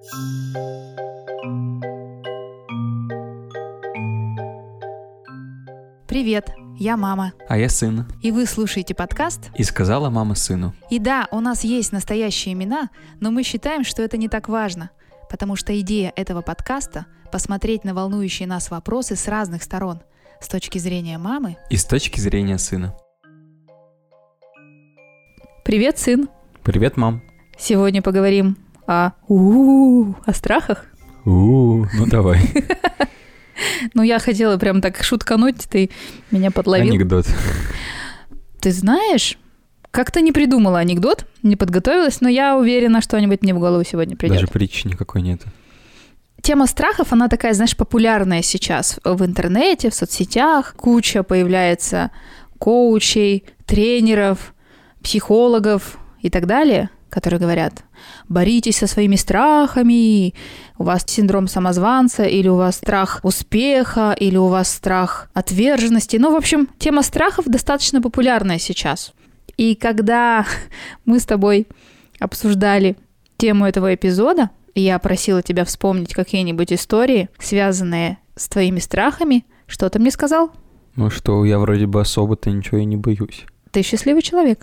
Привет, я мама. А я сын. И вы слушаете подкаст И сказала мама сыну. И да, у нас есть настоящие имена, но мы считаем, что это не так важно, потому что идея этого подкаста — посмотреть на волнующие нас вопросы с разных сторон, с точки зрения мамы И с точки зрения сына. Привет, сын. Привет, мам. Сегодня поговорим о страхах. Ну давай. Ну, я хотела прям так шуткануть, ты меня подловил. Анекдот. Ты знаешь, как-то не придумала анекдот, не подготовилась, но я уверена, что-нибудь мне в голову сегодня придет. Даже притчи никакой нет. Тема страхов, она такая, знаешь, популярная сейчас в интернете, в соцсетях. Куча появляется коучей, тренеров, психологов и так далее, которые говорят: боритесь со своими страхами, у вас синдром самозванца, или у вас страх успеха, или у вас страх отверженности. Ну, в общем, тема страхов достаточно популярная сейчас. И когда мы с тобой обсуждали тему этого эпизода, я просила тебя вспомнить какие-нибудь истории, связанные с твоими страхами, что ты мне сказал? Ну что, я вроде бы особо-то ничего и не боюсь. Ты счастливый человек.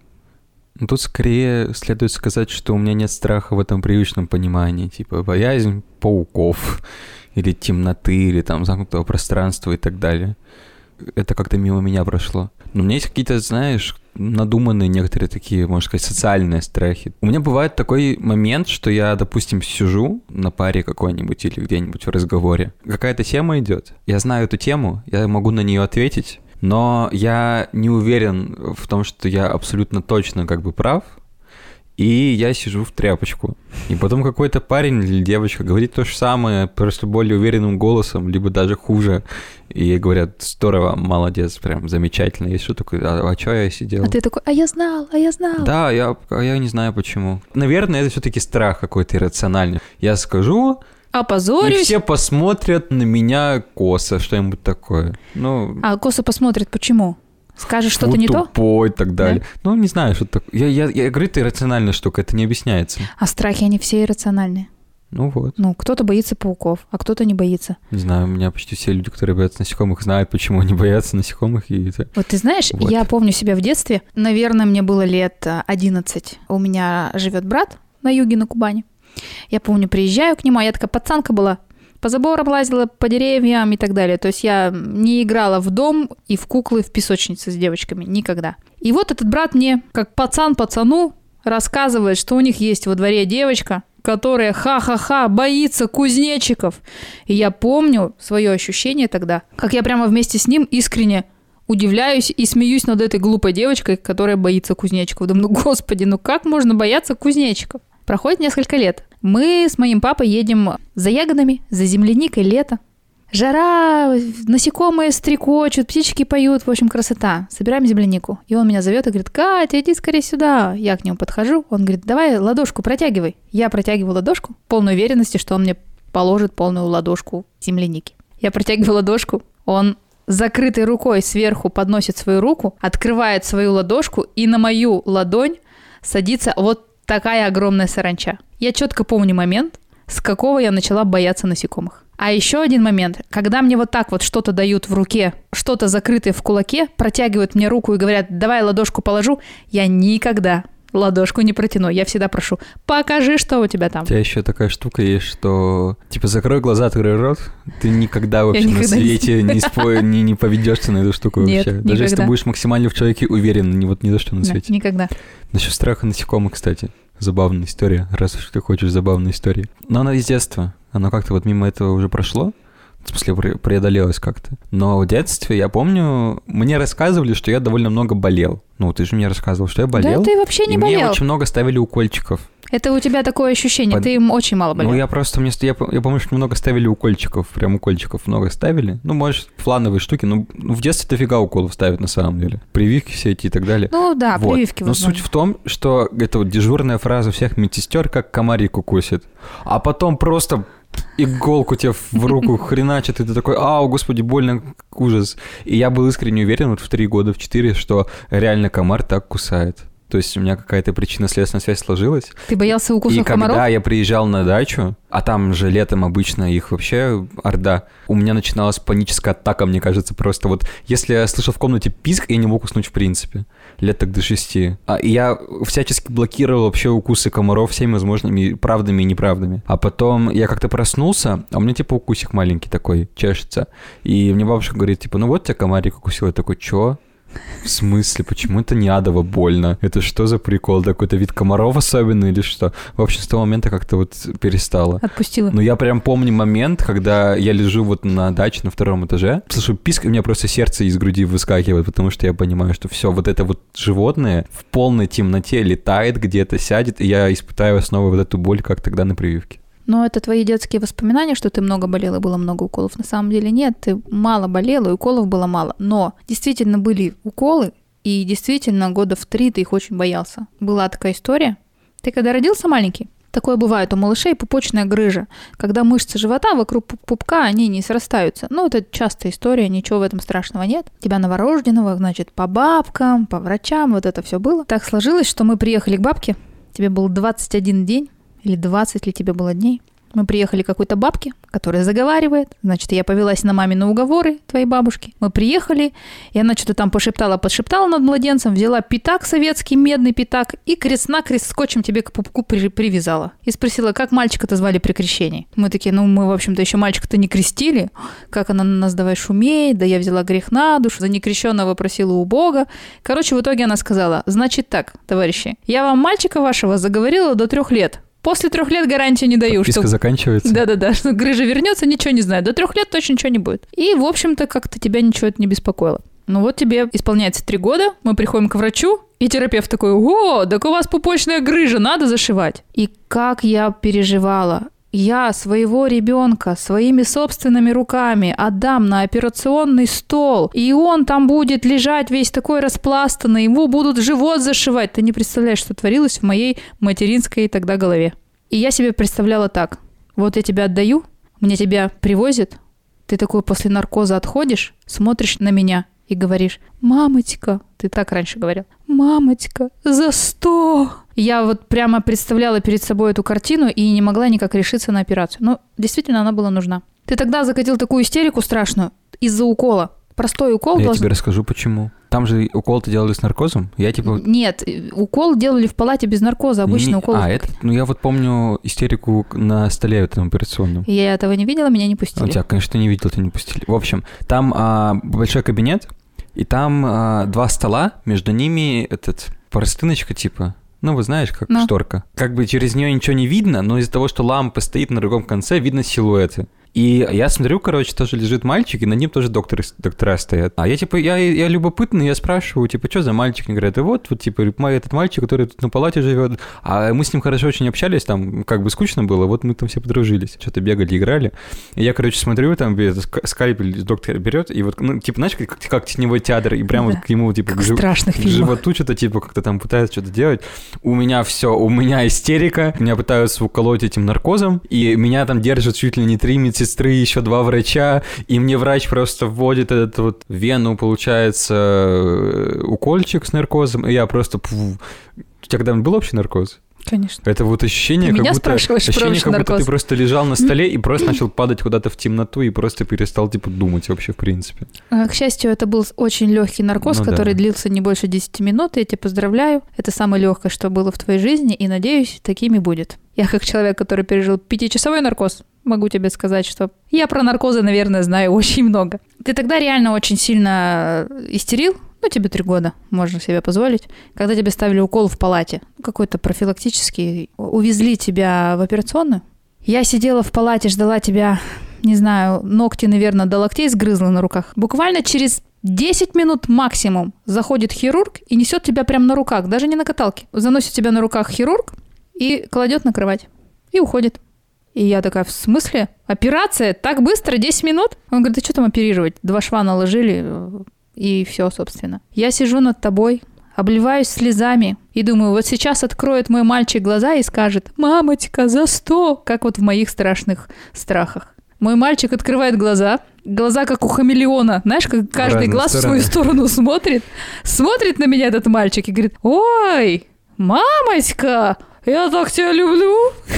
Ну, тут скорее следует сказать, что у меня нет страха в этом привычном понимании, типа боязнь пауков, или темноты, или там замкнутого пространства и так далее. Это как-то мимо меня прошло. Но у меня есть какие-то, знаешь, надуманные некоторые такие, можно сказать, социальные страхи. У меня бывает такой момент, что я, допустим, сижу на паре какой-нибудь или где-нибудь в разговоре. Какая-то тема идет. Я знаю эту тему, я могу на нее ответить, но я не уверен в том, что я абсолютно точно как бы прав, и я сижу в тряпочку. И потом какой-то парень или девочка говорит то же самое, просто более уверенным голосом, либо даже хуже. И говорят: здорово, молодец, прям замечательно. И что такое? А что я сидел? А ты такой: а я знал. Да, я не знаю почему. Наверное, это все-таки страх какой-то иррациональный. Я скажу... Опозорюсь. И все посмотрят на меня косо, что-нибудь такое. Ну, а косо посмотрят почему? Скажешь что-то не то? Тупой и так далее. Да? Ну, не знаю, что такое. Я говорю, это иррациональная штука, это не объясняется. А страхи, они все иррациональные. Ну вот. Ну, кто-то боится пауков, а кто-то не боится. Не знаю, у меня почти все люди, которые боятся насекомых, знают, почему они боятся насекомых. И это... Вот ты знаешь, вот. Я помню себя в детстве. Наверное, мне было лет 11. У меня живет брат на юге, на Кубани. Я помню, приезжаю к нему, а я такая пацанка была. По заборам лазила, по деревьям и так далее. То есть я не играла в дом и в куклы, в песочнице с девочками. Никогда. И вот этот брат мне, как пацан пацану, рассказывает, что у них есть во дворе девочка, которая ха-ха-ха боится кузнечиков. И я помню свое ощущение тогда, как я прямо вместе с ним искренне удивляюсь и смеюсь над этой глупой девочкой, которая боится кузнечиков. Думаю: ну господи, ну как можно бояться кузнечиков? Проходит несколько лет. Мы с моим папой едем за ягодами, за земляникой, лето. Жара, насекомые стрекочут, птички поют, в общем, красота. Собираем землянику. И он меня зовет и говорит: Катя, иди скорее сюда. Я к нему подхожу, он говорит: давай ладошку протягивай. Я протягиваю ладошку, полной уверенности, что он мне положит полную ладошку земляники. Я протягиваю ладошку, он закрытой рукой сверху подносит свою руку, открывает свою ладошку, и на мою ладонь садится вот такая огромная саранча. Я четко помню момент, с какого я начала бояться насекомых. А еще один момент, когда мне вот так вот что-то дают в руке, что-то закрытое в кулаке, протягивают мне руку и говорят: давай ладошку положу, я никогда ладошку не протяну. Я всегда прошу: покажи, что у тебя там. У тебя еще такая штука есть, что типа закрой глаза, открой рот, ты никогда вообще на свете не поведешься на эту штуку вообще. Нет, никогда. Даже если ты будешь максимально в человеке уверен, ни за что на свете. Никогда. Насчет страха насекомых, кстати. Забавная история, раз уж ты хочешь забавной истории. Но она из детства. Оно как-то вот мимо этого уже прошло. В смысле, преодолелось как-то. Но в детстве, я помню, мне рассказывали, что я довольно много болел. Ну, ты же мне рассказывал, что я болел. Да, ты вообще не болел. И мне очень много ставили укольчиков. Это у тебя такое ощущение, ты им очень мало болел. Ну, я просто, я помню, что много ставили укольчиков, прям укольчиков много ставили. Ну, может, флановые штуки, но в детстве дофига уколов ставят на самом деле. Прививки все эти и так далее. Ну, да, вот. Прививки. Но суть в том, что это вот дежурная фраза всех медсестер, как комарик укусит. А потом просто иголку тебе в руку хреначит, и ты такой: ау, господи, больно, ужас. И я был искренне уверен вот в 3 года, в 4, что реально комар так кусает. То есть у меня какая-то причинно-следственная связь сложилась. Ты боялся укусов комаров? И когда я приезжал на дачу, а там же летом обычно их вообще орда, у меня начиналась паническая атака, мне кажется, просто вот если я слышал в комнате писк, я не мог уснуть в принципе. Лет так до 6. И я всячески блокировал вообще укусы комаров всеми возможными правдами и неправдами. А потом я как-то проснулся, а у меня типа укусик маленький такой, чешется. И мне бабушка говорит, типа, ну вот тебя комарик укусил. Я такой, чё? В смысле? Почему это не адово больно? Это что за прикол? Какой-то вид комаров особенный или что? В общем, с того момента как-то вот перестало. Отпустила. Но я прям помню момент, когда я лежу вот на даче на 2-м этаже, слышу писк, и у меня просто сердце из груди выскакивает, потому что я понимаю, что все, вот это вот животное в полной темноте летает где-то, сядет, и я испытаю снова вот эту боль, как тогда на прививке. Но это твои детские воспоминания, что ты много болел и было много уколов. На самом деле нет, ты мало болел, и уколов было мало. Но действительно были уколы, и действительно года в 3 ты их очень боялся. Была такая история. Ты когда родился маленький, такое бывает у малышей, пупочная грыжа. Когда мышцы живота вокруг пупка, они не срастаются. Ну, это частая история, ничего в этом страшного нет. Тебя новорожденного, значит, по бабкам, по врачам, вот это все было. Так сложилось, что мы приехали к бабке, тебе был 21 день, или 20 ли тебе было дней. Мы приехали к какой-то бабке, которая заговаривает. Значит, я повелась на мамины уговоры твоей бабушки. Мы приехали, и она что-то там подшептала над младенцем, взяла пятак советский, медный пятак, и крест-накрест скотчем тебе к пупку привязала. И спросила, как мальчика-то звали при крещении. Мы такие, ну, мы, в общем-то, еще мальчика-то не крестили. Как она на нас давай шуметь? Да я взяла грех на душу, за некрещенного просила у Бога. Короче, в итоге она сказала, значит так, товарищи, я вам мальчика вашего заговорила до 3 лет. После 3 лет гарантии не даю. Подписка заканчивается. Да-да-да, что грыжа вернется, ничего не знаю. До 3 лет точно ничего не будет. И, в общем-то, как-то тебя ничего это не беспокоило. Ну вот тебе исполняется 3 года, мы приходим к врачу, и терапевт такой, о, так у вас пупочная грыжа, надо зашивать. И как я переживала. Я своего ребенка своими собственными руками отдам на операционный стол, и он там будет лежать весь такой распластанный, ему будут живот зашивать. Ты не представляешь, что творилось в моей материнской тогда голове. И я себе представляла так. Вот я тебя отдаю, мне тебя привозят, ты такой после наркоза отходишь, смотришь на меня и говоришь, мамочка, ты так раньше говорил, мамочка, за 100. Я вот прямо представляла перед собой эту картину и не могла никак решиться на операцию. Но действительно она была нужна. Ты тогда закатил такую истерику страшную из-за укола. Простой укол Я тебе расскажу, почему. Там же укол-то делали с наркозом? Нет, укол делали в палате без наркоза, обычный укол. Я вот помню истерику на столе этом операционном. Я этого не видела, меня не пустили. Тебя, конечно, не видел, тебя не пустили. В общем, там большой кабинет, и там 2 стола, между ними простыночка типа. Ну, вы знаешь, как шторка. Как бы через нее ничего не видно, но из-за того, что лампа стоит на другом конце, видно силуэты. И я смотрю, короче, тоже лежит мальчик, и над ним тоже доктора стоят. А я любопытный, я спрашиваю, что за мальчик? Они говорят, вот, этот мальчик, который тут на палате живет. А мы с ним хорошо очень общались, там как бы скучно было, вот мы там все подружились. Что-то бегали, играли. И я, короче, смотрю, там скальпель доктор берет, и вот, знаешь, как теневой театр, и прямо к нему, к животу что-то, как-то там пытаются что-то делать. У меня истерика, меня пытаются уколоть этим наркозом, и меня там держат чуть ли не 3 медсестры, еще 2 врача, и мне врач просто вводит этот вот вену, получается, укольчик с наркозом, и я просто... У тебя когда-нибудь был вообще наркоз? Конечно. Это вот ощущение, как будто ты просто лежал на столе и просто начал падать куда-то в темноту и просто перестал, думать вообще в принципе. К счастью, это был очень легкий наркоз, который длился не больше 10 минут, и я тебя поздравляю. Это самое легкое, что было в твоей жизни, и, надеюсь, такими будет. Я как человек, который пережил 5-часовой наркоз, могу тебе сказать, что я про наркозы, наверное, знаю очень много. Ты тогда реально очень сильно истерил, тебе 3 года, можно себе позволить, когда тебе ставили укол в палате, какой-то профилактический, увезли тебя в операционную. Я сидела в палате, ждала тебя, не знаю, ногти, наверное, до локтей сгрызла на руках. Буквально через 10 минут максимум заходит хирург и несет тебя прямо на руках, даже не на каталке. Заносит тебя на руках хирург и кладет на кровать. И уходит. И я такая, в смысле? Операция? Так быстро? 10 минут? Он говорит, да что там оперировать? 2 шва наложили, и все, собственно. Я сижу над тобой, обливаюсь слезами и думаю, вот сейчас откроет мой мальчик глаза и скажет, мамочка, за 100, как вот в моих страшных страхах. Мой мальчик открывает глаза как у хамелеона, знаешь, как каждый глаз в свою сторону смотрит на меня этот мальчик и говорит, ой, «Мамочка, я так тебя люблю!»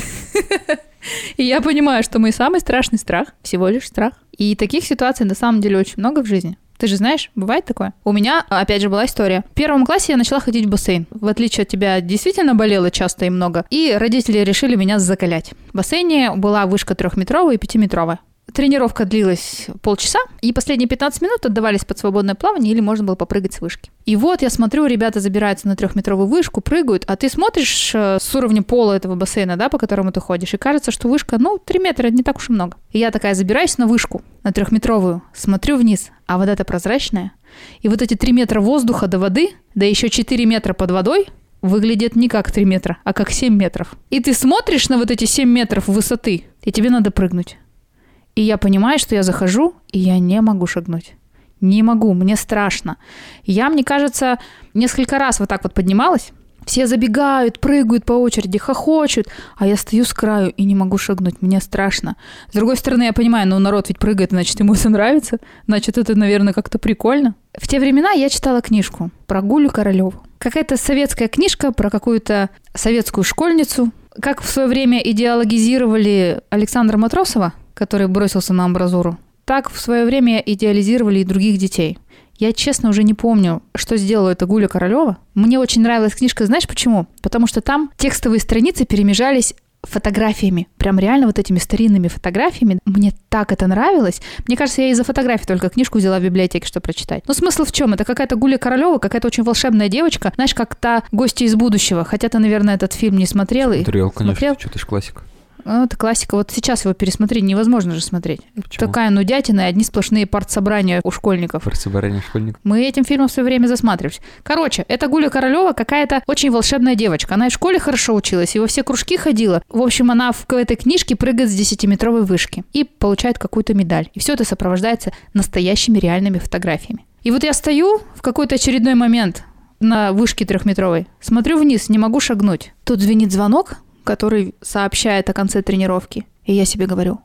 И я понимаю, что мой самый страшный страх всего лишь страх. И таких ситуаций на самом деле очень много в жизни. Ты же знаешь, бывает такое? У меня, опять же, была история. В 1 классе я начала ходить в бассейн. В отличие от тебя, действительно болела часто и много. И родители решили меня закалять. В бассейне была вышка 3-метровая и 5-метровая. Тренировка длилась полчаса, и последние 15 минут отдавались под свободное плавание или можно было попрыгать с вышки. И вот я смотрю, ребята забираются на 3-метровую вышку, прыгают, а ты смотришь с уровня пола этого бассейна, да, по которому ты ходишь, и кажется, что вышка, 3 метра, это не так уж и много. И я такая забираюсь на вышку, на 3-метровую, смотрю вниз, а вода-то прозрачная. И вот эти 3 метра воздуха до воды, да еще 4 метра под водой, выглядит не как 3 метра, а как 7 метров. И ты смотришь на вот эти 7 метров высоты, и тебе надо прыгнуть. И я понимаю, что я захожу, и я не могу шагнуть. Не могу, мне страшно. Я, мне кажется, несколько раз вот так вот поднималась. Все забегают, прыгают по очереди, хохочут, а я стою с краю и не могу шагнуть, мне страшно. С другой стороны, я понимаю, народ ведь прыгает, значит, ему это нравится, значит, это, наверное, как-то прикольно. В те времена я читала книжку про Гулю Королеву. Какая-то советская книжка про какую-то советскую школьницу. Как в свое время идеологизировали Александра Матросова, который бросился на амбразуру, так в свое время идеализировали и других детей. Я, честно, уже не помню, что сделала эта Гуля Королева. Мне очень нравилась книжка, знаешь почему? Потому что там текстовые страницы перемежались фотографиями. Прям реально вот этими старинными фотографиями. Мне так это нравилось. Мне кажется, я из-за фотографий только книжку взяла в библиотеке, чтобы прочитать. Но смысл в чем? Это какая-то Гуля Королева, какая-то очень волшебная девочка. Знаешь, как та «Гостья из будущего». Хотя ты, наверное, этот фильм не смотрел. Смотрел, конечно, что-то ж классика. Это классика. Вот сейчас его пересмотреть невозможно же смотреть. Почему? Такая нудятина и одни сплошные партсобрания у школьников. Партсобрания школьников? Мы этим фильмом в свое время засматривались. Короче, эта Гуля Королева какая-то очень волшебная девочка. Она и в школе хорошо училась, и во все кружки ходила. В общем, она в этой книжке прыгает с 10-метровой вышки и получает какую-то медаль. И все это сопровождается настоящими реальными фотографиями. И вот я стою в какой-то очередной момент на вышке 3-метровой, смотрю вниз, не могу шагнуть. Тут звенит звонок, который сообщает о конце тренировки. И я себе говорю,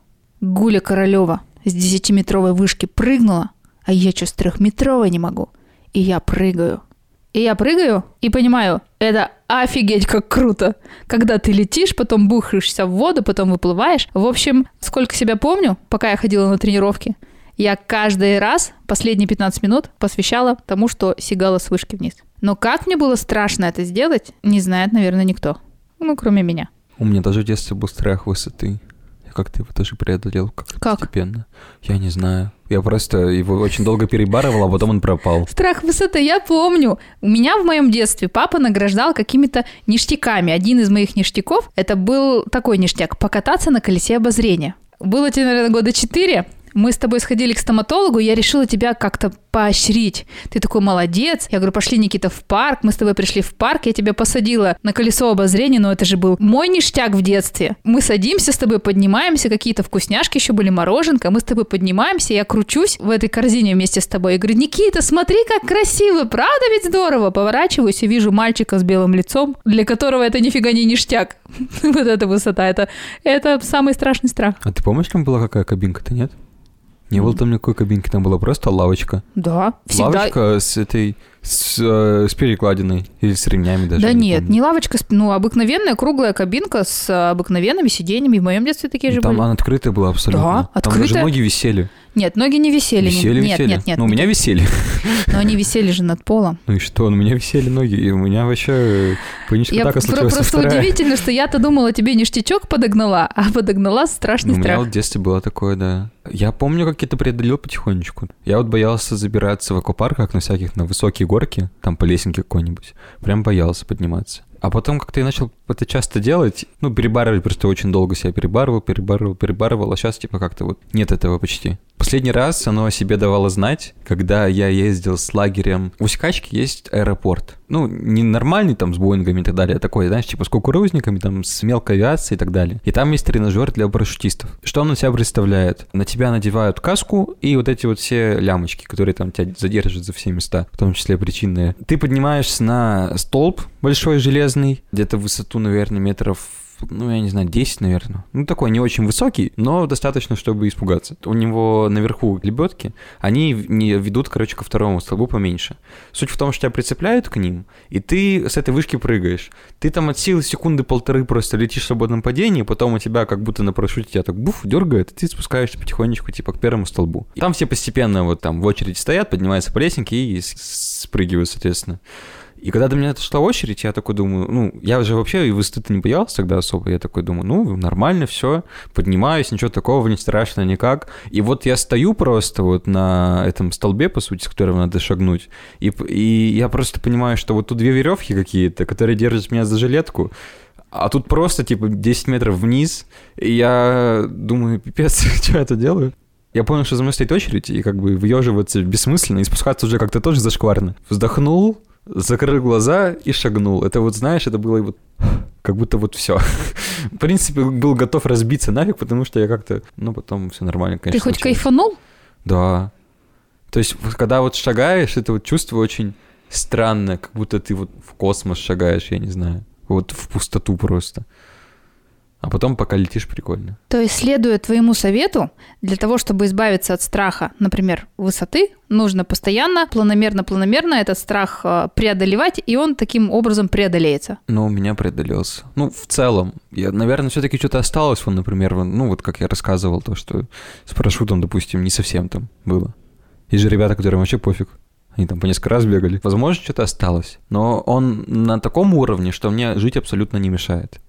Гуля Королева с 10-метровой вышки прыгнула, а я что, с 3-метровой не могу. И я прыгаю. И понимаю, это офигеть как круто. Когда ты летишь, потом бухаешься в воду, потом выплываешь. В общем, сколько себя помню, пока я ходила на тренировки, я каждый раз последние 15 минут посвящала тому, что сигала с вышки вниз. Но как мне было страшно это сделать, не знает, наверное, никто. Кроме меня. У меня даже в детстве был страх высоты. Я как-то его тоже преодолел как-то постепенно. Я не знаю. Я просто его очень долго перебарывал, а потом он пропал. Страх высоты, я помню. У меня в моем детстве папа награждал какими-то ништяками. Один из моих ништяков, это был такой ништяк, покататься на колесе обозрения. Было тебе, наверное, года 4. Мы с тобой сходили к стоматологу, я решила тебя как-то поощрить. Ты такой молодец. Я говорю, пошли, Никита, в парк. Мы с тобой пришли в парк, я тебя посадила на колесо обозрения, но это же был мой ништяк в детстве. Мы садимся с тобой, поднимаемся, какие-то вкусняшки еще были, мороженка. Мы с тобой поднимаемся, я кручусь в этой корзине вместе с тобой. Я говорю, Никита, смотри, как красиво, правда ведь здорово? Поворачиваюсь и вижу мальчика с белым лицом, для которого это нифига не ништяк. Вот эта высота, это самый страшный страх. А ты помнишь, там была какая кабинка-то, нет? Не было там никакой кабинки, там была просто лавочка. Да, всегда. Лавочка с перекладиной или с ремнями даже. Да нет, не лавочка, обыкновенная круглая кабинка с обыкновенными сиденьями. В моем детстве такие же там были. Там она открытая была абсолютно. Да, открытая. Там даже ноги висели. Нет, ноги не висели. Висели. Нет. Ну, у меня висели. Но они висели же над полом. Ну и что? У меня висели ноги, и у меня вообще паническая атака случилась. Просто удивительно, что я-то думала, тебе ништячок подогнала, а подогнала страшный страх. У меня в детстве было такое, да. Я помню, как я это преодолел потихонечку. Я боялся забираться в аквапарках на высокие горки, там по лесенке какой-нибудь. Прям боялся подниматься. А потом как-то я начал это часто делать, перебарывать, просто очень долго себя перебарывал, а сейчас как-то нет этого почти. Последний раз оно о себе давало знать, когда я ездил с лагерем. В Усть-Качке есть аэропорт. Не нормальный там с Боингами и так далее, а такой, знаешь, с кукурузниками, там, с мелкой авиацией и так далее. И там есть тренажер для парашютистов. Что он из себя представляет? На тебя надевают каску и вот эти все лямочки, которые там тебя задержат за все места, в том числе причинные. Ты поднимаешься на столб большой железный, где-то в высоту, наверное, метров ну, я не знаю, 10, наверное. Ну, такой не очень высокий, но достаточно, чтобы испугаться. У него наверху лебедки, они не ведут, короче, ко второму столбу поменьше. Суть в том, что тебя прицепляют к ним, и ты с этой вышки прыгаешь. Ты там от силы секунды полторы просто летишь в свободном падении, потом у тебя как будто на парашюте тебя так буф, дергает, и ты спускаешься потихонечку, типа, к первому столбу. И там все постепенно вот там в очередь стоят, поднимаются по лесенке и спрыгивают, соответственно. И когда до меня шла очередь, я такой думаю, ну, я уже вообще и высоты не боялся тогда особо, я такой думаю, ну, нормально все, поднимаюсь, ничего такого, не страшно никак. И вот я стою просто вот на этом столбе, по сути, с которого надо шагнуть, и я просто понимаю, что вот тут две веревки какие-то, которые держат меня за жилетку, а тут просто, типа, 10 метров вниз, и я думаю, пипец, что я это делаю? Я понял, что за мной стоит очередь, и как бы выеживаться бессмысленно, и спускаться уже как-то тоже зашкварно. Вздохнул, закрыл глаза и шагнул. Это вот, знаешь, это было вот как будто вот все. В принципе, был готов разбиться нафиг, потому что я как-то, ну, потом все нормально, конечно. Ты хоть кайфанул? Да. То есть, когда вот шагаешь, это вот чувство очень странное, как будто ты вот в космос шагаешь, я не знаю. Вот в пустоту просто. А потом, пока летишь, прикольно. То есть, следуя твоему совету, для того, чтобы избавиться от страха, например, высоты, нужно постоянно, планомерно этот страх преодолевать, и он таким образом преодолеется. Ну, у меня преодолелся. Ну, в целом. Наверное, все-таки что-то осталось, вон, например, ну, вот как я рассказывал, то, что с парашютом, допустим, не совсем там было. Есть же ребята, которым вообще пофиг. Они там по несколько раз бегали. Возможно, что-то осталось. Но он на таком уровне, что мне жить абсолютно не мешает.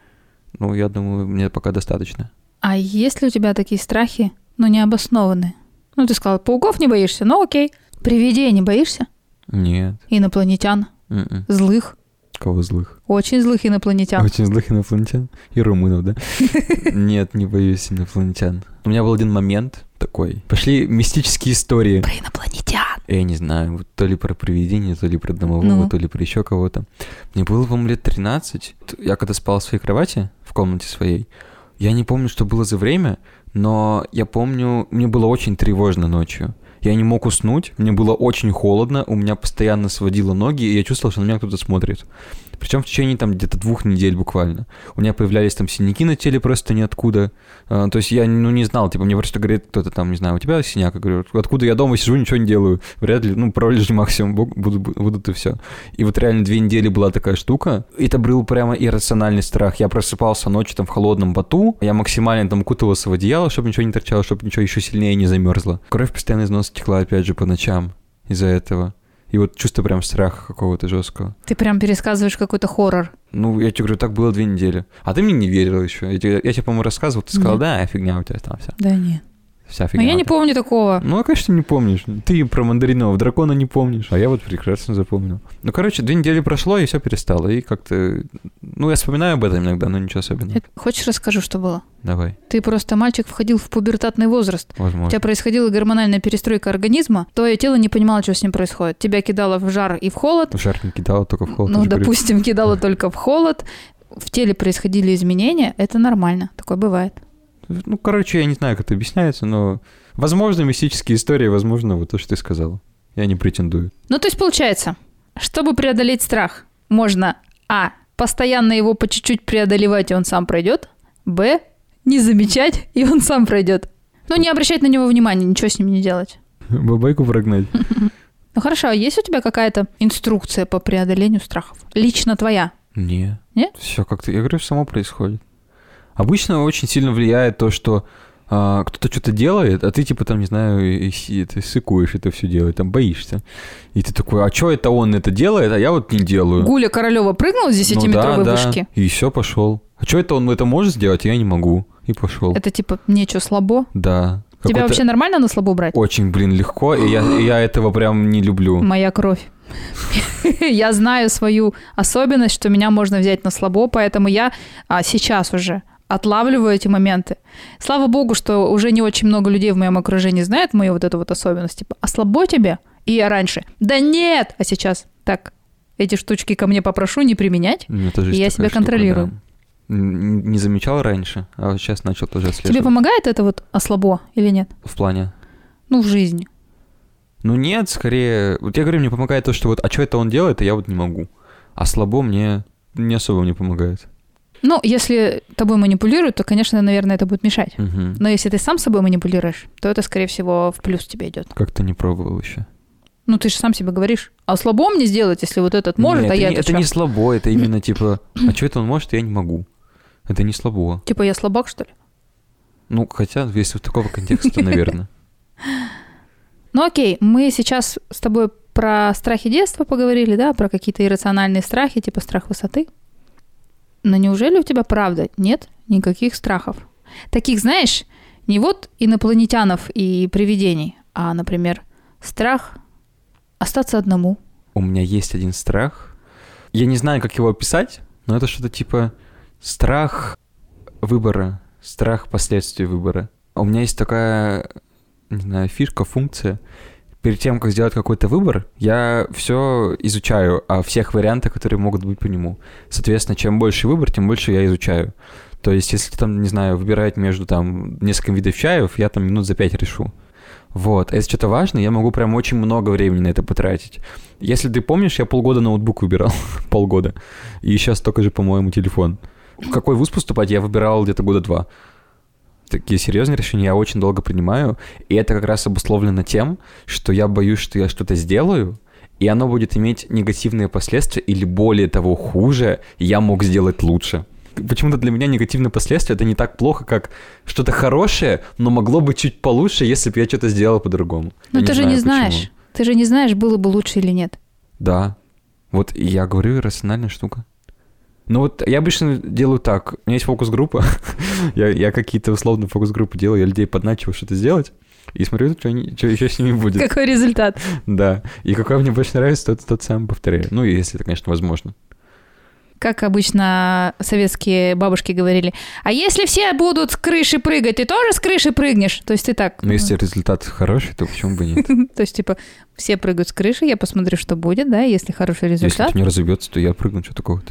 Ну, я думаю, мне пока достаточно. А есть ли у тебя такие страхи, но необоснованные? Ну, ты сказал, пауков не боишься, ну окей. Привидений боишься? Нет. Инопланетян? Злых? Кого злых? Очень злых инопланетян. Очень злых инопланетян? И румынов, да? Нет, не боюсь инопланетян. У меня был один момент такой. Пошли мистические истории. Про инопланетян. Я не знаю, то ли про привидение, то ли про домового, то ли про еще кого-то. Мне было, по-моему, лет 13. Я когда спал в своей кровати, в комнате своей, я не помню, что было за время, но я помню, мне было очень тревожно ночью. Я не мог уснуть, мне было очень холодно, у меня постоянно сводило ноги, и я чувствовал, что на меня кто-то смотрит. Причем в течение там где-то 2 недель буквально. У меня появлялись там синяки на теле просто ниоткуда. То есть я, ну, не знал, типа, мне просто говорит кто-то там, не знаю, у тебя синяк? Я говорю, откуда я дома сижу, ничего не делаю. Вряд ли, ну, пролежи максимум, будут и все. И вот реально 2 недели была такая штука. Это был прямо иррациональный страх. Я просыпался ночью там в холодном поту, я максимально там укутывался в одеяло, чтобы ничего не торчало, чтобы ничего еще сильнее не замерзло. Кровь постоянно из носа текла, опять же, по ночам из-за этого. И вот чувство прям страха какого-то жесткого. Ты прям пересказываешь какой-то хоррор. Ну, я тебе говорю, так было 2 недели. А ты мне не верила еще. Я тебе, по-моему, рассказывал, ты сказала, да, фигня у тебя там вся. Да нет. Вся фигня. Но я не помню такого. Ну, конечно, не помнишь. Ты про мандаринового дракона не помнишь. А я вот прекрасно запомнил. Ну, короче, 2 недели прошло, и все перестало. И как-то... Ну, я вспоминаю об этом иногда, но ничего особенного. Хочешь, расскажу, что было? Давай. Ты просто, мальчик, входил в пубертатный возраст. Возможно. У тебя происходила гормональная перестройка организма. Твое тело не понимало, что с ним происходит. Тебя кидало в жар и в холод. В жар не кидало, только в холод. Ну, допустим, кидало только в холод. В теле происходили изменения. Это нормально. Такое бывает. Ну, короче, я не знаю, как это объясняется, но... Возможно, мистические истории, возможно, вот то, что ты сказал. Я не претендую. Ну, то есть, получается, чтобы преодолеть страх, можно, а, постоянно его по чуть-чуть преодолевать, и он сам пройдет, б, не замечать, и он сам пройдет. Ну, не обращать на него внимания, ничего с ним не делать. Бабайку прогнать. Ну, хорошо, а есть у тебя какая-то инструкция по преодолению страхов? Лично твоя? Нет. Нет? Все как-то, я говорю, само происходит. Обычно очень сильно влияет то, что кто-то что-то делает, а ты типа там, не знаю, ты сыкуешь это все делать, там боишься. И ты такой, а что это он это делает, а я вот не делаю. Гуля Королева прыгнула с 10-метровой вышки. И все, пошел. А что это он это может сделать, я не могу. И пошел. Это типа, мне что, слабо? Да. Тебя вообще нормально на слабо брать? Очень, легко, и я этого прям не люблю. Моя кровь. Я знаю свою особенность, что меня можно взять на слабо, поэтому я сейчас уже отлавливаю эти моменты. Слава богу, что уже не очень много людей в моем окружении знают мою вот эту вот особенность. Типа, а слабо тебе? И я раньше, да нет! А сейчас, так, эти штучки ко мне попрошу не применять, и я себя контролирую. Да. Не замечал раньше, а сейчас начал тоже отслеживать. Тебе помогает это вот ослабо или нет? В плане? Ну, в жизни. Ну нет, скорее... Вот я говорю, мне помогает то, что вот, а что это он делает, а я вот не могу. А слабо мне не особо не помогает. Ну, если тобой манипулируют, то, конечно, наверное, это будет мешать. Но если ты сам собой манипулируешь, то это, скорее всего, в плюс тебе идет. Как-то не пробовал еще. Ну, ты же сам себе говоришь, а слабо мне сделать, если вот этот может, Нет, а я это не слабо, это именно типа, а что это он может, я не могу. Это не слабо. Типа я слабак, что ли? Ну, хотя, если в такого контекста, наверное. Ну, окей, мы сейчас с тобой про страхи детства поговорили, да, про какие-то иррациональные страхи, типа страх высоты. Но неужели у тебя, правда, нет никаких страхов? Таких, знаешь, не вот инопланетянов и привидений, а, например, страх остаться одному. У меня есть один страх. Я не знаю, как его описать, но это что-то типа страх выбора, страх последствий выбора. У меня есть такая, не знаю, фишка, функция. Перед тем, как сделать какой-то выбор, я все изучаю о всех вариантах, которые могут быть по нему. Соответственно, чем больше выбор, тем больше я изучаю. То есть, если там, не знаю, выбирать между там несколькими видов чаев, я там минут за 5 решу. Вот. А если что-то важно, я могу прям очень много времени на это потратить. Если ты помнишь, я полгода ноутбук выбирал. Полгода. И сейчас только же, по-моему, телефон. В какой вуз поступать, я выбирал где-то года 2. Такие серьезные решения я очень долго принимаю. И это как раз обусловлено тем, что я боюсь, что я что-то сделаю, и оно будет иметь негативные последствия, или более того, хуже, я мог сделать лучше. Почему-то для меня негативные последствия — это не так плохо, как что-то хорошее, но могло быть чуть получше, если бы я что-то сделал по-другому. Ну ты же не знаешь. Ты же не знаешь, было бы лучше или нет. Да. Вот я говорю, иррациональная штука. Ну вот я обычно делаю так. У меня есть фокус-группа. я какие-то условно фокус-группы делаю, я людей подначиваю что-то сделать. И смотрю, что еще с ними будет. Какой результат. Да. И какой мне больше нравится, тот сам повторяю. Ну, если это, конечно, возможно. Как обычно советские бабушки говорили, а если все будут с крыши прыгать, ты тоже с крыши прыгнешь? То есть ты так... Ну, если результат хороший, то почему бы нет? То есть, типа, все прыгают с крыши, я посмотрю, что будет, да, если хороший результат. Если это не разобьется, то я прыгну, что такого-то.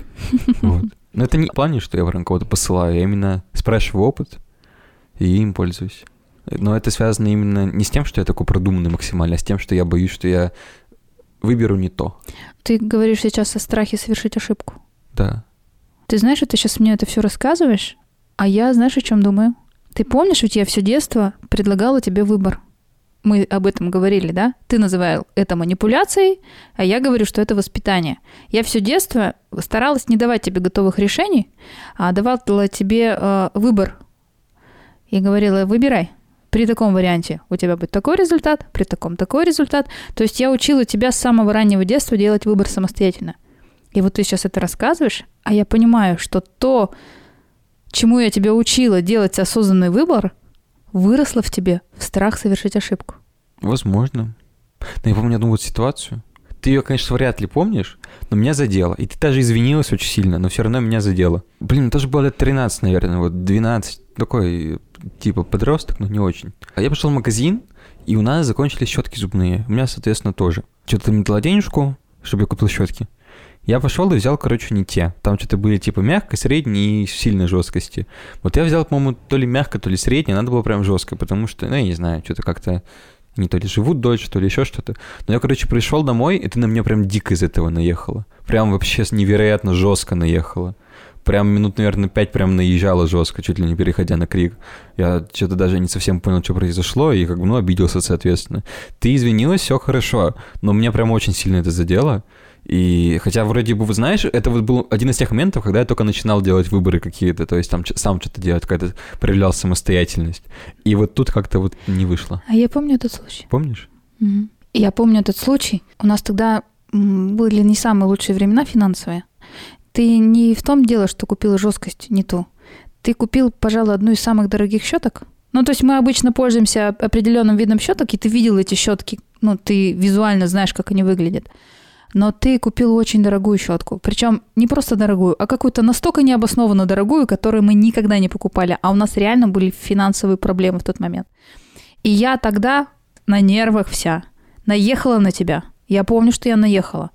Но это не в плане, что я в кого-то посылаю, я именно спрашиваю опыт и им пользуюсь. Но это связано именно не с тем, что я такой продуманный максимально, а с тем, что я боюсь, что я выберу не то. Ты говоришь сейчас о страхе совершить ошибку. Да. Ты знаешь, что ты сейчас мне это все рассказываешь, а я, знаешь, о чем думаю? Ты помнишь, ведь я все детство предлагала тебе выбор. Мы об этом говорили, да? Ты называл это манипуляцией, а я говорю, что это воспитание. Я все детство старалась не давать тебе готовых решений, а давала тебе выбор. И говорила, выбирай. При таком варианте у тебя будет такой результат, при таком такой результат. То есть я учила тебя с самого раннего детства делать выбор самостоятельно. И вот ты сейчас это рассказываешь, а я понимаю, что то, чему я тебя учила делать осознанный выбор, выросло в тебе в страх совершить ошибку. Возможно. Но я помню одну вот ситуацию. Ты ее, конечно, вряд ли помнишь, но меня задело. И ты даже извинилась очень сильно, но все равно меня задело. Блин, тоже было лет 13, наверное, вот 12. Такой, типа, подросток, но не очень. А я пошел в магазин, и у нас закончились щетки зубные. У меня, соответственно, тоже. Что-то мне дала денежку, чтобы я купил щетки. Я пошел и взял, короче, не те. Там что-то были типа мягкой, средней и сильной жесткости. Вот я взял, по-моему, то ли мягко, то ли среднее, надо было прям жестко, потому что, ну, я не знаю, что-то как-то они то ли живут дольше, то ли еще что-то. Но я, короче, пришел домой, и ты на меня прям дико из этого наехала. Прям вообще невероятно жестко наехала. Прям минут, наверное, 5 прям наезжала жестко, чуть ли не переходя на крик. Я что-то даже не совсем понял, что произошло, и как бы, ну, обиделся, соответственно. Ты извинилась, все хорошо, но меня прям очень сильно это задело. И хотя вроде бы, вы знаешь, это вот был один из тех моментов, когда я только начинал делать выборы какие-то, то есть там сам что-то делать, когда проявлял самостоятельность. И вот тут как-то вот не вышло. А я помню этот случай. Помнишь? Угу. Я помню этот случай. У нас тогда были не самые лучшие времена финансовые. Ты не в том дело, что купил жесткость, не ту. Ты купил, пожалуй, одну из самых дорогих щеток. Ну, то есть мы обычно пользуемся определенным видом щеток, и ты видел эти щетки, ну, ты визуально знаешь, как они выглядят. Но ты купил очень дорогую щетку. Причем не просто дорогую, а какую-то настолько необоснованно дорогую, которую мы никогда не покупали. А у нас реально были финансовые проблемы в тот момент. И я тогда на нервах вся наехала на тебя. Я помню, что я наехала.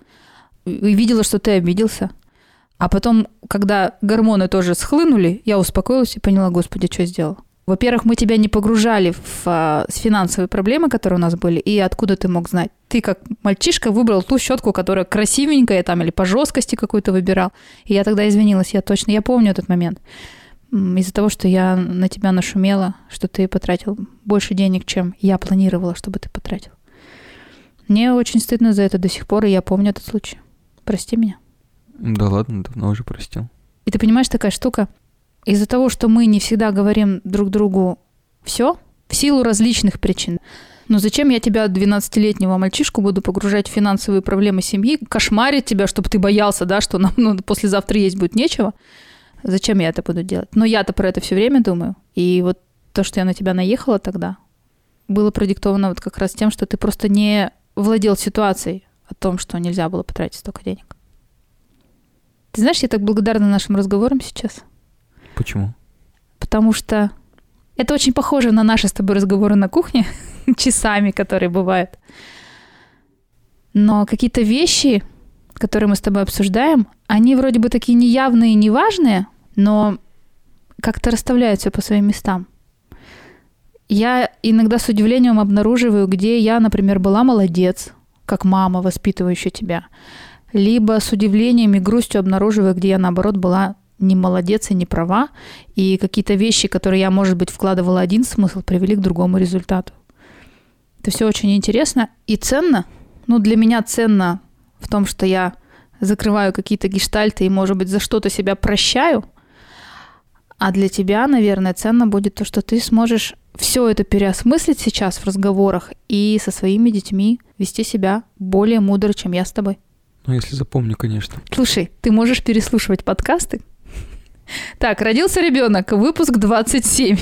И видела, что ты обиделся. А потом, когда гормоны тоже схлынули, я успокоилась и поняла, господи, что я сделала. Во-первых, мы тебя не погружали в финансовые проблемы, которые у нас были, и откуда ты мог знать? Ты как мальчишка выбрал ту щетку, которая красивенькая там, или по жесткости какую-то выбирал. И я тогда извинилась, я помню этот момент. Из-за того, что я на тебя нашумела, что ты потратил больше денег, чем я планировала, чтобы ты потратил. Мне очень стыдно за это до сих пор, и я помню этот случай. Прости меня. Да ладно, давно уже простил. И ты понимаешь, такая штука, из-за того, что мы не всегда говорим друг другу все, в силу различных причин. Но зачем я тебя, 12-летнего мальчишку, буду погружать в финансовые проблемы семьи, кошмарить тебя, чтобы ты боялся, да, что нам послезавтра есть будет нечего? Зачем я это буду делать? Но я-то про это все время думаю. И вот то, что я на тебя наехала тогда, было продиктовано вот как раз тем, что ты просто не владел ситуацией о том, что нельзя было потратить столько денег. Ты знаешь, я так благодарна нашим разговорам сейчас. Почему? Потому что это очень похоже на наши с тобой разговоры на кухне, часами, которые бывают. Но какие-то вещи, которые мы с тобой обсуждаем, они вроде бы такие неявные и неважные, но как-то расставляют все по своим местам. Я иногда с удивлением обнаруживаю, где я, например, была молодец, как мама, воспитывающая тебя, либо с удивлением и грустью обнаруживаю, где я, наоборот, была не молодец и не права, и какие-то вещи, которые я, может быть, вкладывала один смысл, привели к другому результату. Это все очень интересно и ценно. Ну, для меня ценно в том, что я закрываю какие-то гештальты и, может быть, за что-то себя прощаю. А для тебя, наверное, ценно будет то, что ты сможешь все это переосмыслить сейчас в разговорах и со своими детьми вести себя более мудро, чем я с тобой. Ну, если запомню, конечно. Слушай, ты можешь переслушивать подкасты. Так, родился ребенок, выпуск 27.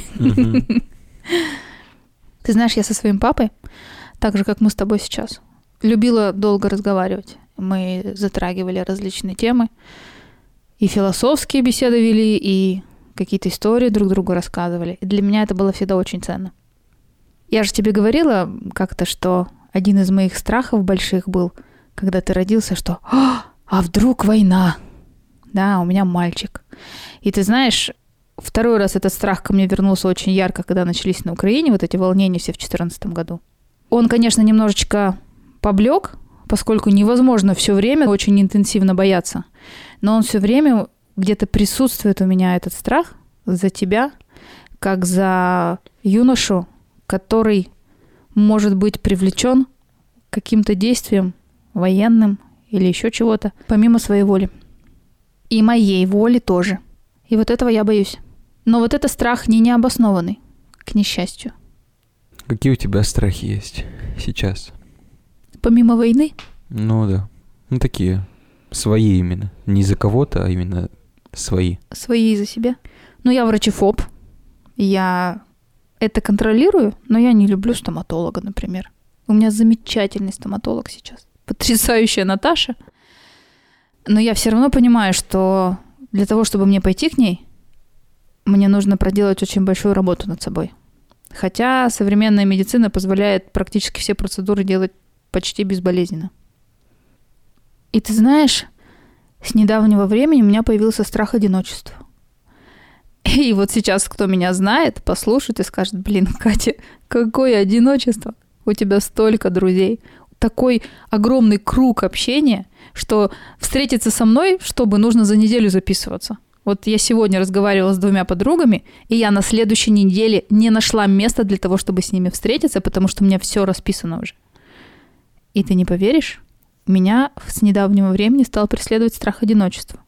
Ты знаешь, я со своим папой, так же, как мы с тобой сейчас, любила долго разговаривать. Мы затрагивали различные темы. И философские беседы вели, и какие-то истории друг другу рассказывали. И для меня это было всегда очень ценно. Я же тебе говорила как-то, что один из моих страхов больших был, когда ты родился, что «А вдруг война?» Да, у меня мальчик. И ты знаешь, второй раз этот страх ко мне вернулся очень ярко, когда начались на Украине вот эти волнения все в 2014 году. Он, конечно, немножечко поблек, поскольку невозможно все время очень интенсивно бояться. Но он все время где-то присутствует у меня, этот страх за тебя, как за юношу, который может быть привлечен к каким-то действиям военным или еще чего-то, помимо своей воли. И моей воли тоже. И вот этого я боюсь. Но вот это страх не необоснованный, к несчастью. Какие у тебя страхи есть сейчас? Помимо войны? Ну да. Ну такие. Свои именно. Не за кого-то, а именно свои. Свои за себя. Ну, я врачефоб. Я это контролирую, но я не люблю стоматолога, например. У меня замечательный стоматолог сейчас. Потрясающая Наташа. Но я все равно понимаю, что для того, чтобы мне пойти к ней, мне нужно проделать очень большую работу над собой. Хотя современная медицина позволяет практически все процедуры делать почти безболезненно. И ты знаешь, с недавнего времени у меня появился страх одиночества. И вот сейчас, кто меня знает, послушает и скажет: блин, Катя, какое одиночество? У тебя столько друзей, такой огромный круг общения, что встретиться со мной, чтобы нужно за неделю записываться. Вот я сегодня разговаривала с 2 подругами, и я на следующей неделе не нашла места для того, чтобы с ними встретиться, потому что у меня все расписано уже. И ты не поверишь, меня с недавнего времени стал преследовать страх одиночества.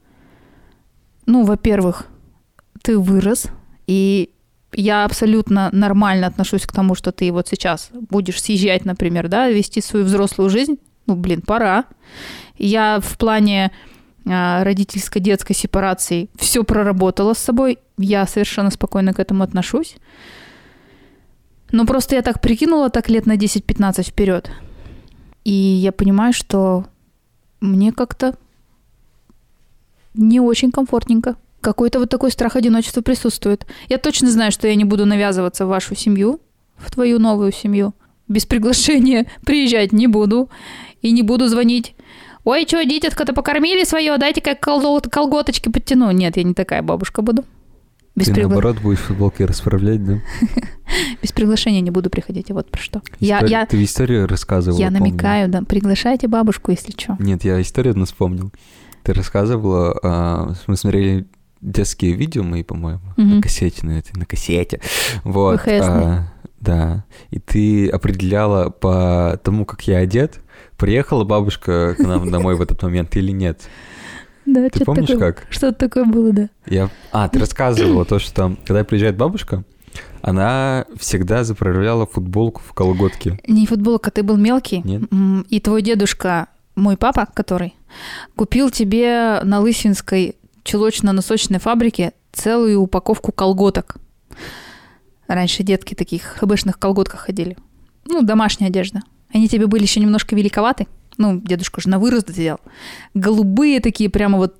Ну, во-первых, ты вырос, и я абсолютно нормально отношусь к тому, что ты вот сейчас будешь съезжать, например, да, вести свою взрослую жизнь. Ну, блин, пора. Я в плане родительско-детской сепарации все проработала с собой. Я совершенно спокойно к этому отношусь. Но просто я так прикинула так лет на 10-15 вперед. И я понимаю, что мне как-то не очень комфортненько. Какой-то вот такой страх одиночества присутствует. Я точно знаю, что я не буду навязываться в вашу семью, в твою новую семью. Без приглашения приезжать не буду. И не буду звонить: ой, что, дитятко-то покормили свое, дайте-ка колготочки подтяну. Нет, я не такая бабушка буду. Ты наоборот будешь футболки расправлять, да? Без приглашения не буду приходить, вот про что. Ты историю рассказывала, я намекаю, да. Приглашайте бабушку, если что. Нет, я историю одну вспомнил. Ты рассказывала, мы смотрели детские видео мои, по-моему, на кассете. Вот. Да. И ты определяла по тому, как я одет, приехала бабушка к нам домой в этот момент или нет? Да, ты помнишь такое, как? Что-то такое было, да. Ты рассказывала то, что когда приезжает бабушка, она всегда заправляла футболку в колготки. Не футболка, ты был мелкий. Нет. И твой дедушка, мой папа, который, купил тебе на Лысинской чулочно-носочной фабрике целую упаковку колготок. Раньше детки таких хэбэшных колготках ходили. Домашняя одежда. Они тебе были еще немножко великоваты. Дедушка же на вырост делал. Голубые такие, прямо вот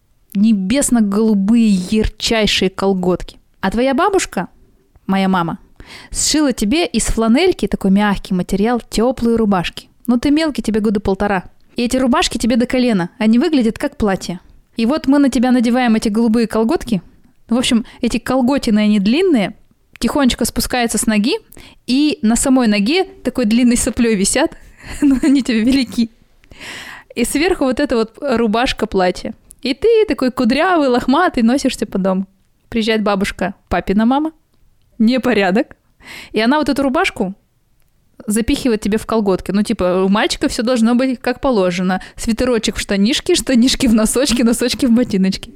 небесно-голубые, ярчайшие колготки. А твоя бабушка, моя мама, сшила тебе из фланельки, такой мягкий материал, теплые рубашки. Ты мелкий, тебе года 1,5. И эти рубашки тебе до колена. Они выглядят как платье. И вот мы на тебя надеваем эти голубые колготки. В общем, эти колготины, они длинные, тихонечко спускаются с ноги, и на самой ноге такой длинной соплей висят. Они тебе велики. И сверху вот эта вот рубашка-платье. И ты такой кудрявый, лохматый, носишься по дому. Приезжает бабушка, папина мама. Непорядок. И она вот эту рубашку запихивает тебе в колготки. У мальчика все должно быть как положено. Свитерочек в штанишки, штанишки в носочки, носочки в ботиночки.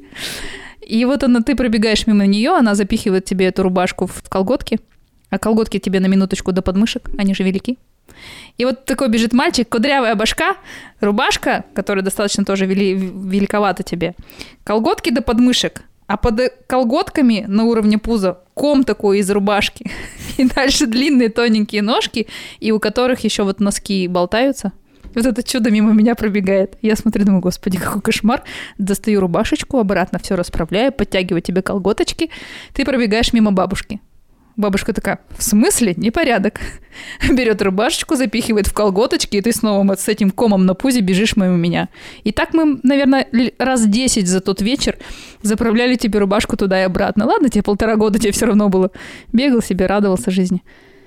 И вот ты пробегаешь мимо нее, она запихивает тебе эту рубашку в колготки, а колготки тебе на минуточку до подмышек, они же велики. И вот такой бежит мальчик, кудрявая башка, рубашка, которая достаточно тоже великовата тебе, колготки до подмышек, а под колготками на уровне пуза ком такой из рубашки. И дальше длинные тоненькие ножки, и у которых еще вот носки болтаются. И вот это чудо мимо меня пробегает. Я смотрю, думаю, господи, какой кошмар. Достаю рубашечку, обратно все расправляю, подтягиваю тебе колготочки. Ты пробегаешь мимо бабушки. Бабушка такая, в смысле? Непорядок. Берет рубашечку, запихивает в колготочки, и ты снова вот с этим комом на пузе бежишь мимо меня. И так мы, наверное, раз 10 за тот вечер заправляли тебе рубашку туда и обратно. Ладно, тебе 1,5 года, тебе все равно было. Бегал себе, радовался жизни.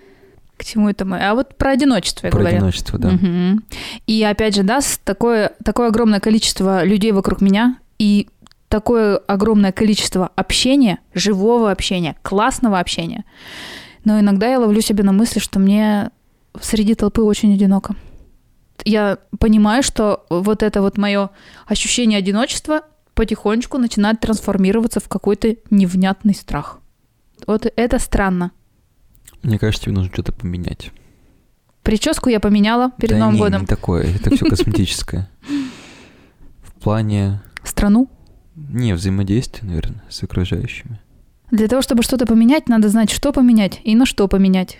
К чему это мы? А вот про одиночество я говорю. Про одиночество, да. Угу. И опять же, да, такое огромное количество людей вокруг меня, и такое огромное количество общения, живого общения, классного общения. Но иногда я ловлю себя на мысли, что мне среди толпы очень одиноко. Я понимаю, что вот это вот мое ощущение одиночества потихонечку начинает трансформироваться в какой-то невнятный страх. Вот это странно. Мне кажется, тебе нужно что-то поменять. Прическу я поменяла перед Новым годом. Не такое, это все косметическое. В плане... Страну? Не, взаимодействие, наверное, с окружающими. Для того, чтобы что-то поменять, надо знать, что поменять и на что поменять.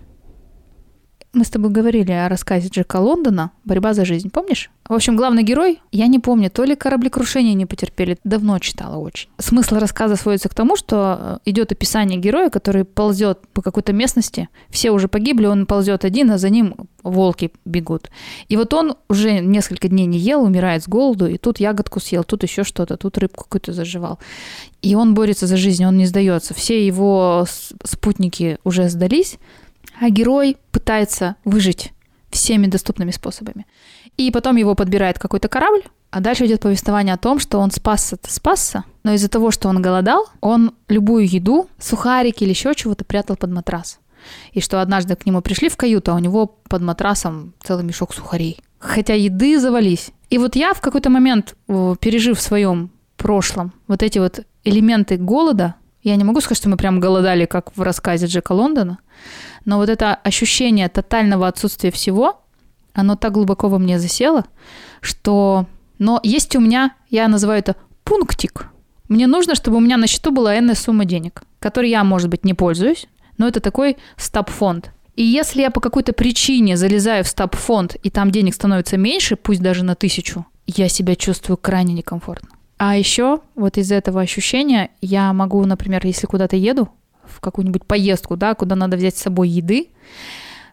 Мы с тобой говорили о рассказе Джека Лондона «Борьба за жизнь». Помнишь? В общем, главный герой, я не помню, то ли кораблекрушение не потерпели, давно читала очень. Смысл рассказа сводится к тому, что идет описание героя, который ползет по какой-то местности, все уже погибли, он ползет один, а за ним волки бегут. И вот он уже несколько дней не ел, умирает с голоду, и тут ягодку съел, тут еще что-то, тут рыбку какую-то заживал. И он борется за жизнь, он не сдается. Все его спутники уже сдались, а герой пытается выжить всеми доступными способами. И потом его подбирает какой-то корабль, а дальше идет повествование о том, что он спасся, но из-за того, что он голодал, он любую еду, сухарики или еще чего-то прятал под матрас. И что однажды к нему пришли в каюту, а у него под матрасом целый мешок сухарей. Хотя еды завались. И вот я в какой-то момент, пережив в своем прошлом вот эти вот элементы голода, я не могу сказать, что мы прям голодали, как в рассказе Джека Лондона, но вот это ощущение тотального отсутствия всего, оно так глубоко во мне засело, что... Но есть у меня, я называю это пунктик. Мне нужно, чтобы у меня на счету была энная сумма денег, которой я, может быть, не пользуюсь, но это такой стаб-фонд. И если я по какой-то причине залезаю в стаб-фонд, и там денег становится меньше, пусть даже на 1000, я себя чувствую крайне некомфортно. А еще вот из-за этого ощущения я могу, например, если куда-то еду, в какую-нибудь поездку, да, куда надо взять с собой еды,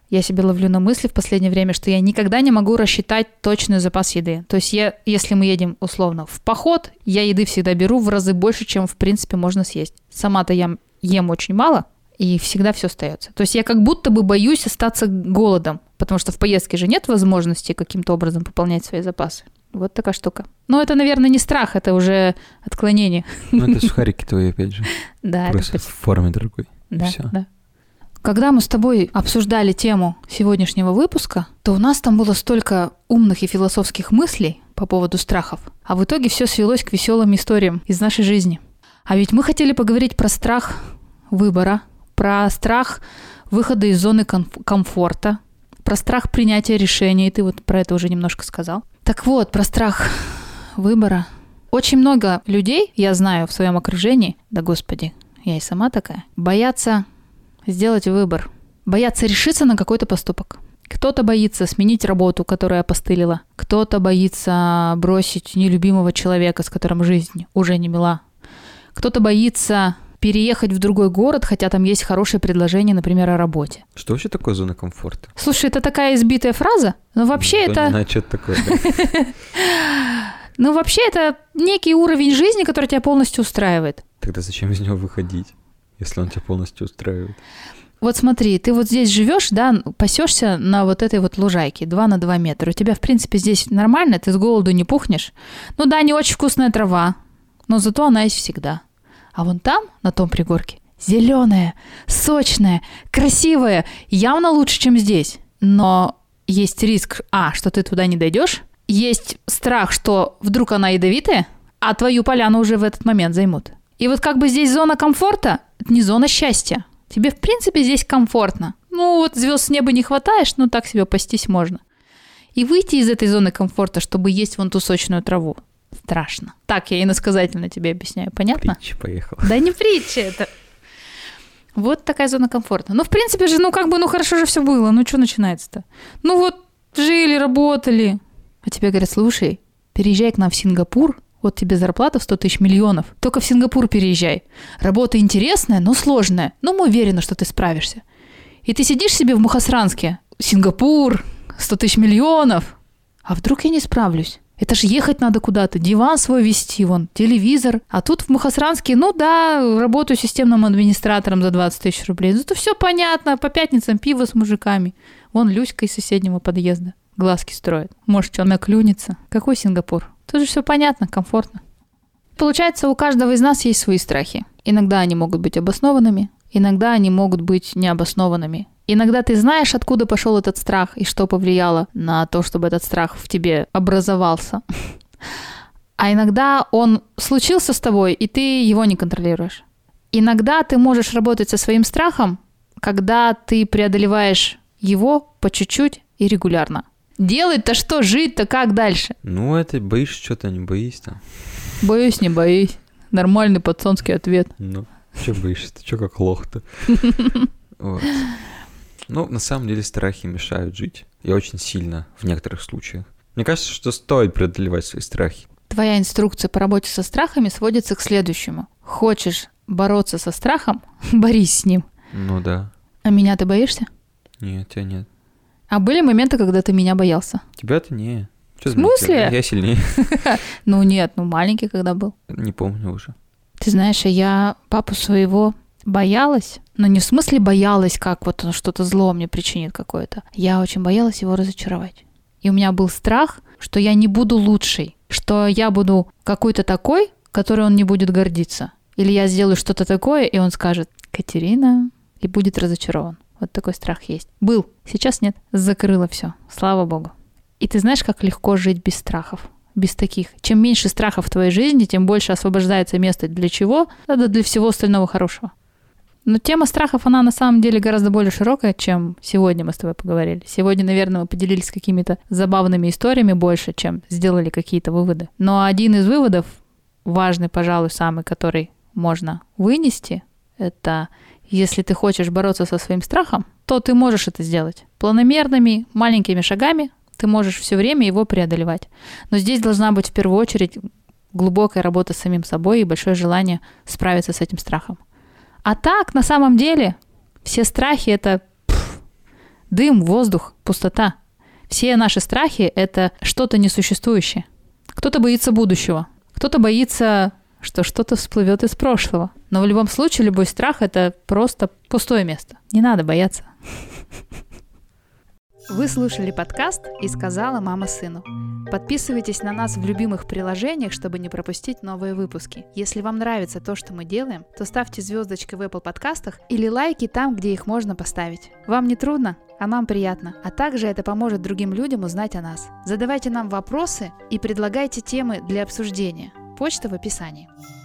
Я себя ловлю на мысли в последнее время, что я никогда не могу рассчитать точный запас еды. То есть если мы едем условно в поход, я еды всегда беру в разы больше, чем в принципе можно съесть. Сама-то я ем очень мало, и всегда все остается. То есть я как будто бы боюсь остаться голодом, потому что в поездке же нет возможности каким-то образом пополнять свои запасы. Вот такая штука. Но это, наверное, не страх, это уже отклонение. Ну, это сухарики твои, опять же. Да. Просто в форме другой. Да, да. Когда мы с тобой обсуждали тему сегодняшнего выпуска, то у нас там было столько умных и философских мыслей по поводу страхов, а в итоге все свелось к веселым историям из нашей жизни. А ведь мы хотели поговорить про страх выбора, про страх выхода из зоны комфорта, про страх принятия решения, и ты вот про это уже немножко сказал. Так вот, про страх выбора. Очень много людей, я знаю в своем окружении, да господи, я и сама такая, боятся сделать выбор, боятся решиться на какой-то поступок. Кто-то боится сменить работу, которая опостылила, кто-то боится бросить нелюбимого человека, с которым жизнь уже не мила, кто-то боится переехать в другой город, хотя там есть хорошее предложение, например, о работе. Что вообще такое зона комфорта? Слушай, это такая избитая фраза, но вообще это... Не знаю, что это такое. Ну, вообще это некий уровень жизни, который тебя полностью устраивает. Тогда зачем из него выходить, если он тебя полностью устраивает? Вот смотри, ты вот здесь живешь, да, пасешься на вот этой вот лужайке 2 на 2 метра. У тебя, в принципе, здесь нормально, ты с голоду не пухнешь. Ну да, не очень вкусная трава, но зато она есть всегда. А вон там, на том пригорке, зеленая, сочная, красивая, явно лучше, чем здесь. Но есть риск, что ты туда не дойдешь. Есть страх, что вдруг она ядовитая, а твою поляну уже в этот момент займут. И вот как бы здесь зона комфорта, это не зона счастья. Тебе, в принципе, здесь комфортно. Ну, вот звезд с неба не хватаешь, ну, так себе пастись можно. И выйти из этой зоны комфорта, чтобы есть вон ту сочную траву, страшно. Так я иносказательно тебе объясняю, понятно? Притча поехала. Да не притча это. Вот такая зона комфорта. Ну, в принципе же, хорошо же все было. Ну, что начинается-то? Ну, вот жили, работали. А тебе говорят, слушай, переезжай к нам в Сингапур, вот тебе зарплата в 100 тысяч миллионов. Только в Сингапур переезжай. Работа интересная, но сложная. Но мы уверены, что ты справишься. И ты сидишь себе в Мухосранске. Сингапур, 100 тысяч миллионов. А вдруг я не справлюсь? Это ж ехать надо куда-то, диван свой везти, вон, телевизор. А тут в Мухосранске, работаю системным администратором за 20 тысяч рублей. Зато все понятно, по пятницам пиво с мужиками. Вон Люська из соседнего подъезда глазки строит. Может, что наклюнется. Какой Сингапур? Тут же все понятно, комфортно. Получается, у каждого из нас есть свои страхи. Иногда они могут быть обоснованными, иногда они могут быть необоснованными. Иногда ты знаешь, откуда пошел этот страх и что повлияло на то, чтобы этот страх в тебе образовался. А иногда он случился с тобой, и ты его не контролируешь. Иногда ты можешь работать со своим страхом, когда ты преодолеваешь его по чуть-чуть и регулярно. Делать-то что, жить-то как дальше? Ну, это боишься что-то, не боись там. Боюсь, не боюсь. Нормальный пацанский ответ. Ну, что боишься-то? Что как лох-то? Вот. Ну, на самом деле страхи мешают жить. И очень сильно в некоторых случаях. Мне кажется, что стоит преодолевать свои страхи. Твоя инструкция по работе со страхами сводится к следующему. Хочешь бороться со страхом? Борись с ним. Ну да. А меня ты боишься? Нет, тебя нет. А были моменты, когда ты меня боялся? Тебя-то не. В смысле? Я сильнее. Ну нет, маленький когда был. Не помню уже. Ты знаешь, я папу своего боялась. Но не в смысле боялась, как вот он что-то зло мне причинит какое-то. Я очень боялась его разочаровать. И у меня был страх, что я не буду лучшей. Что я буду какой-то такой, который он не будет гордиться. Или я сделаю что-то такое, и он скажет «Катерина», и будет разочарован. Вот такой страх есть. Был, сейчас нет. Закрыла все. Слава богу. И ты знаешь, как легко жить без страхов? Без таких. Чем меньше страхов в твоей жизни, тем больше освобождается место для чего? Да для всего остального хорошего. Но тема страхов, она на самом деле гораздо более широкая, чем сегодня мы с тобой поговорили. Сегодня, наверное, мы поделились какими-то забавными историями больше, чем сделали какие-то выводы. Но один из выводов, важный, пожалуй, самый, который можно вынести, это если ты хочешь бороться со своим страхом, то ты можешь это сделать. Планомерными, маленькими шагами ты можешь все время его преодолевать. Но здесь должна быть в первую очередь глубокая работа с самим собой и большое желание справиться с этим страхом. А так, на самом деле, все страхи – это Дым, воздух, пустота. Все наши страхи — это что-то несуществующее. Кто-то боится будущего, кто-то боится, что что-то всплывет из прошлого. Но в любом случае любой страх — это просто пустое место. Не надо бояться. Вы слушали подкаст «И сказала мама сыну». Подписывайтесь на нас в любимых приложениях, чтобы не пропустить новые выпуски. Если вам нравится то, что мы делаем, то ставьте звездочки в Apple подкастах или лайки там, где их можно поставить. Вам не трудно, а нам приятно. А также это поможет другим людям узнать о нас. Задавайте нам вопросы и предлагайте темы для обсуждения. Почта в описании.